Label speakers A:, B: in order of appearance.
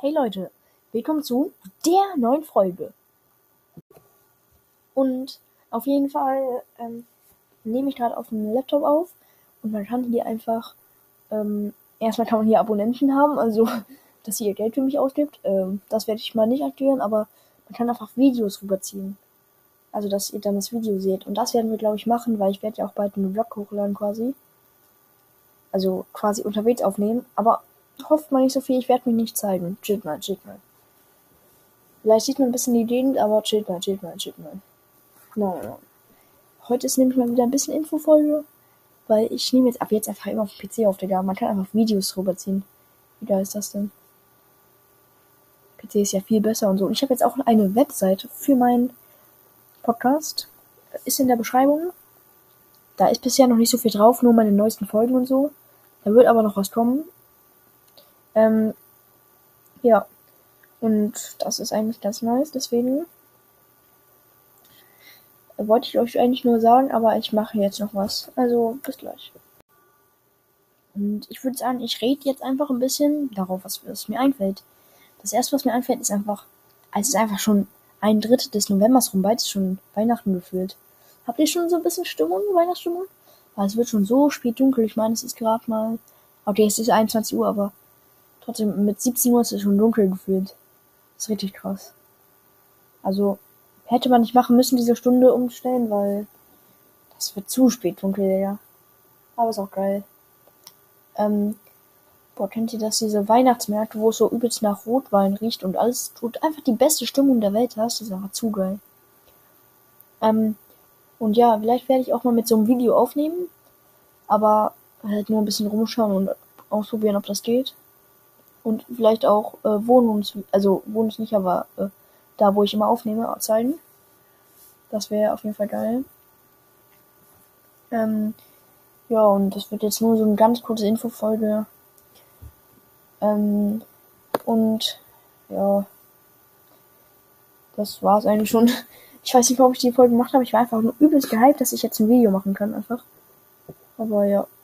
A: Hey Leute, willkommen zu der neuen Folge. Und auf jeden Fall nehme ich gerade auf dem Laptop auf und man kann hier einfach, erstmal kann man hier Abonnenten haben, also dass ihr Geld für mich ausgibt. Das werde ich mal nicht aktivieren, aber man kann einfach Videos rüberziehen. Also dass ihr dann das Video seht. Und das werden wir, glaube ich, machen, weil ich werde ja auch bald einen Vlog hochladen quasi. Also quasi unterwegs aufnehmen, aber hofft mal nicht so viel, ich werde mich nicht zeigen. Chillt mal. Vielleicht sieht man ein bisschen die Gegend, aber chillt mal. Nein. Heute ist nämlich mal wieder ein bisschen Infofolge, weil ich nehme jetzt ab jetzt einfach immer auf dem PC auf, Digga. Man kann einfach Videos rüberziehen. Wie geil ist das denn? PC ist ja viel besser und so. Und ich habe jetzt auch eine Webseite für meinen Podcast. Ist in der Beschreibung. Da ist bisher noch nicht so viel drauf, nur meine neuesten Folgen und so. Da wird aber noch was kommen. Ja. Und das ist eigentlich ganz nice, deswegen wollte ich euch eigentlich nur sagen, aber ich mache jetzt noch was. Also, bis gleich. Und ich würde sagen, ich rede jetzt einfach ein bisschen darauf, was mir einfällt. Das erste, was mir einfällt, ist einfach, es ist einfach schon 1/3 des Novembers rum, bald ist schon Weihnachten gefühlt. Habt ihr schon so ein bisschen Weihnachtsstimmung? Weil es wird schon so spät dunkel. Ich meine, es ist gerade mal, okay, es ist 21 Uhr, aber trotzdem mit 17 Uhr ist es schon dunkel gefühlt. Das ist richtig krass. Also, hätte man nicht machen müssen, diese Stunde umstellen, weil das wird zu spät dunkel, ja. Aber ist auch geil. Kennt ihr das, diese Weihnachtsmärkte, wo es so übelst nach Rotwein riecht und alles tut einfach die beste Stimmung der Welt hast? Das ist einfach zu geil. Und ja, vielleicht werde ich auch mal mit so einem Video aufnehmen, aber halt nur ein bisschen rumschauen und ausprobieren, ob das geht. Und vielleicht auch Wohnungs nicht, aber da, wo ich immer aufnehme, zeigen. Das wäre auf jeden Fall geil. Ja, und das wird jetzt nur so eine ganz kurze Infofolge. Und ja, das war's eigentlich schon. Ich weiß nicht, warum ich die Folge gemacht habe. Ich war einfach nur übelst gehypt, dass ich jetzt ein Video machen kann, einfach. Aber ja.